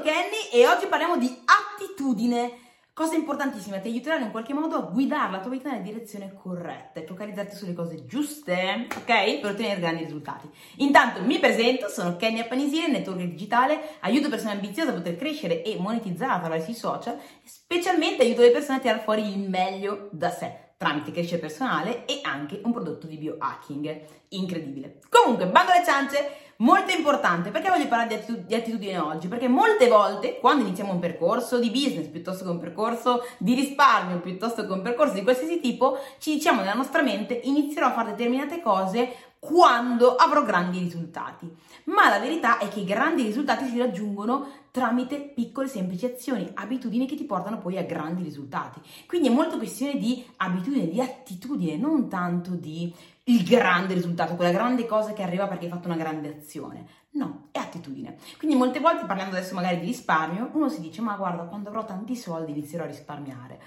Kenny e oggi parliamo di attitudine, cosa importantissima, ti aiuterà in qualche modo a guidare la tua vita nella direzione corretta e focalizzarti sulle cose giuste, ok? Per ottenere grandi risultati. Intanto mi presento, sono Kenny Appanisile, networker digitale, aiuto persone ambiziose a poter crescere e monetizzare attraverso i social, specialmente aiuto le persone a tirare fuori il meglio da sé tramite crescita personale e anche un prodotto di biohacking incredibile. Comunque, bando alle ciance, molto importante. Perché voglio parlare di attitudine oggi? Perché molte volte, quando iniziamo un percorso di business, piuttosto che un percorso di risparmio, piuttosto che un percorso di qualsiasi tipo, ci diciamo nella nostra mente, inizierò a fare determinate cose quando avrò grandi risultati. Ma la verità è che i grandi risultati si raggiungono tramite piccole semplici azioni, abitudini che ti portano poi a grandi risultati. Quindi è molto questione di abitudine, di attitudine, non tanto di il grande risultato, quella grande cosa che arriva perché hai fatto una grande azione. No, è attitudine. Quindi molte volte, parlando adesso magari di risparmio, uno si dice, ma guarda, quando avrò tanti soldi inizierò a risparmiare.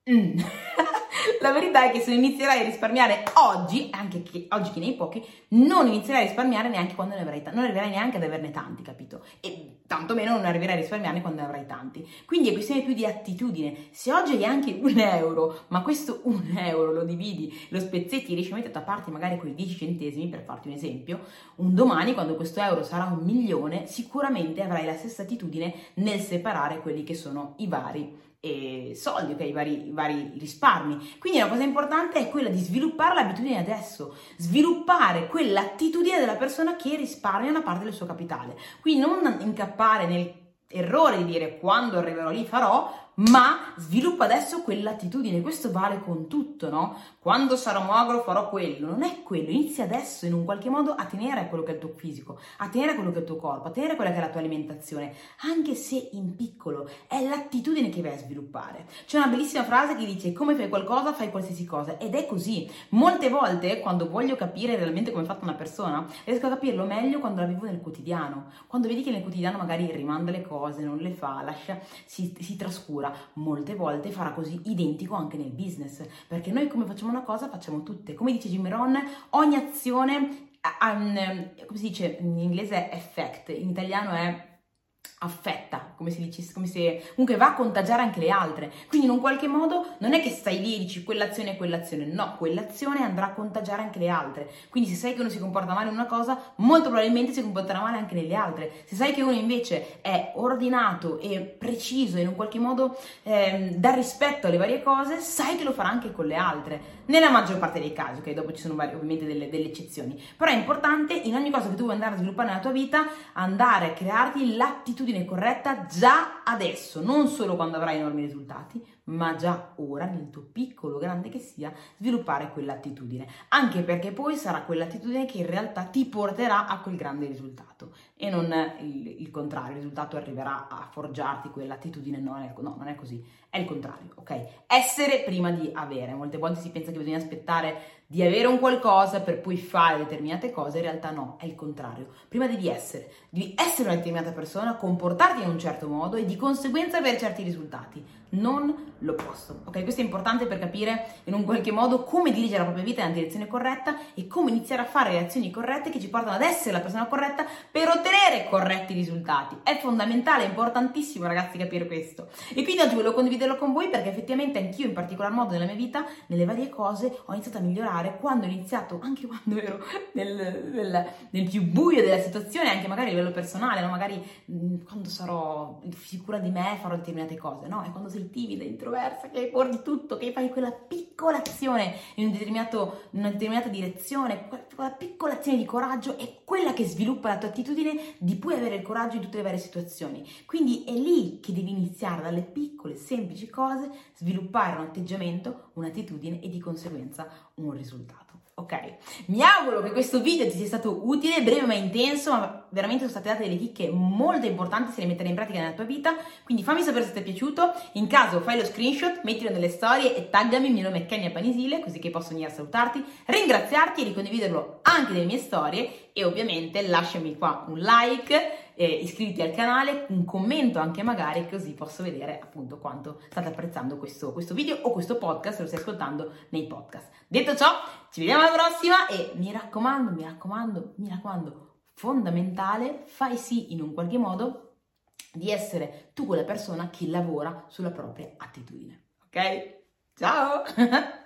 La verità è che se inizierai a risparmiare oggi, anche che oggi che ne hai pochi, non inizierai a risparmiare neanche quando ne avrai tanti, non arriverai neanche ad averne tanti, capito? E tantomeno non arriverai a risparmiarne quando ne avrai tanti. Quindi è questione più di attitudine. Se oggi hai anche €1, ma questo €1 lo dividi, lo spezzetti, riesci a mettere da parte magari quei 10 centesimi, per farti un esempio, un domani quando questo euro sarà 1.000.000, sicuramente avrai la stessa attitudine nel separare quelli che sono i vari soldi, ok, i vari risparmi. Quindi una cosa importante è quella di sviluppare l'abitudine adesso, sviluppare quell'attitudine della persona che risparmia una parte del suo capitale. Quindi non incappare nell'errore di dire quando arriverò lì farò, ma sviluppa adesso quell'attitudine. Questo vale con tutto, no? Quando sarò magro farò quello. Non è quello, inizia adesso in un qualche modo a tenere a quello che è il tuo fisico, a tenere a quello che è il tuo corpo, a tenere a quella che è la tua alimentazione, anche se in piccolo. È l'attitudine che vai a sviluppare. C'è una bellissima frase che dice: come fai qualcosa, fai qualsiasi cosa. Ed è così. Molte volte, quando voglio capire realmente come è fatta una persona, riesco a capirlo meglio quando la vivo nel quotidiano. Quando vedi che nel quotidiano magari rimanda le cose, non le fa, lascia, si trascura. Molte volte farà così identico anche nel business, perché noi come facciamo una cosa facciamo tutte. Come dice Jim Rohn, ogni azione ha come si dice in inglese è effect, in italiano è affetta, come si dice, come se comunque va a contagiare anche le altre. Quindi in un qualche modo non è che stai lì e dici quell'azione e quell'azione, no, quell'azione andrà a contagiare anche le altre. Quindi se sai che uno si comporta male in una cosa, molto probabilmente si comporterà male anche nelle altre. Se sai che uno invece è ordinato e preciso e in un qualche modo dà rispetto alle varie cose, sai che lo farà anche con le altre. Nella maggior parte dei casi, ok? Dopo ci sono ovviamente delle eccezioni. Però è importante in ogni cosa che tu vuoi andare a sviluppare nella tua vita, andare a crearti l'attitudine corretta già adesso, non solo quando avrai enormi risultati, ma già ora, nel tuo piccolo, grande che sia, sviluppare quell'attitudine. Anche perché poi sarà quell'attitudine che in realtà ti porterà a quel grande risultato e non il contrario, il risultato arriverà a forgiarti quell'attitudine, no, non è così, è il contrario, ok? Essere prima di avere. Molte volte si pensa che bisogna aspettare di avere un qualcosa per poi fare determinate cose, in realtà no, è il contrario. Prima devi essere una determinata persona, comportarti in un certo modo e di conseguenza avere certi risultati, non l'opposto, ok? Questo è importante per capire in un qualche modo come dirigere la propria vita nella direzione corretta e come iniziare a fare le azioni corrette che ci portano ad essere la persona corretta per ottenere corretti risultati. È fondamentale, è importantissimo, ragazzi, capire questo. E quindi oggi volevo condividerlo con voi perché effettivamente anch'io in particolar modo nella mia vita, nelle varie cose, ho iniziato a migliorare quando ho iniziato, anche quando ero nel più buio della situazione, anche magari a livello personale, no? Magari quando sarò sicura di me farò determinate cose, no? E quando sei timida, introversa, che hai paura di tutto, che fai quella piccola azione in una determinata direzione, quella piccola azione di coraggio è quella che sviluppa la tua attitudine di poi avere il coraggio in tutte le varie situazioni. Quindi è lì che devi iniziare, dalle piccole, semplici cose, sviluppare un atteggiamento, un'attitudine e di conseguenza un risultato. Ok, mi auguro che questo video ti sia stato utile, breve ma intenso, ma veramente sono state date delle chicche molto importanti se le mettere in pratica nella tua vita, quindi fammi sapere se ti è piaciuto, in caso fai lo screenshot, mettilo nelle storie e taggami, il mio nome è Kenny Appanisile, così che posso venire a salutarti, ringraziarti e ricondividerlo anche nelle mie storie e ovviamente lasciami qua un like, iscriviti al canale, un commento anche magari, così posso vedere appunto quanto state apprezzando questo video o questo podcast se lo stai ascoltando nei podcast. Detto ciò, ci vediamo alla prossima e mi raccomando, fondamentale, fai sì in un qualche modo di essere tu quella persona che lavora sulla propria attitudine, ok? Ciao!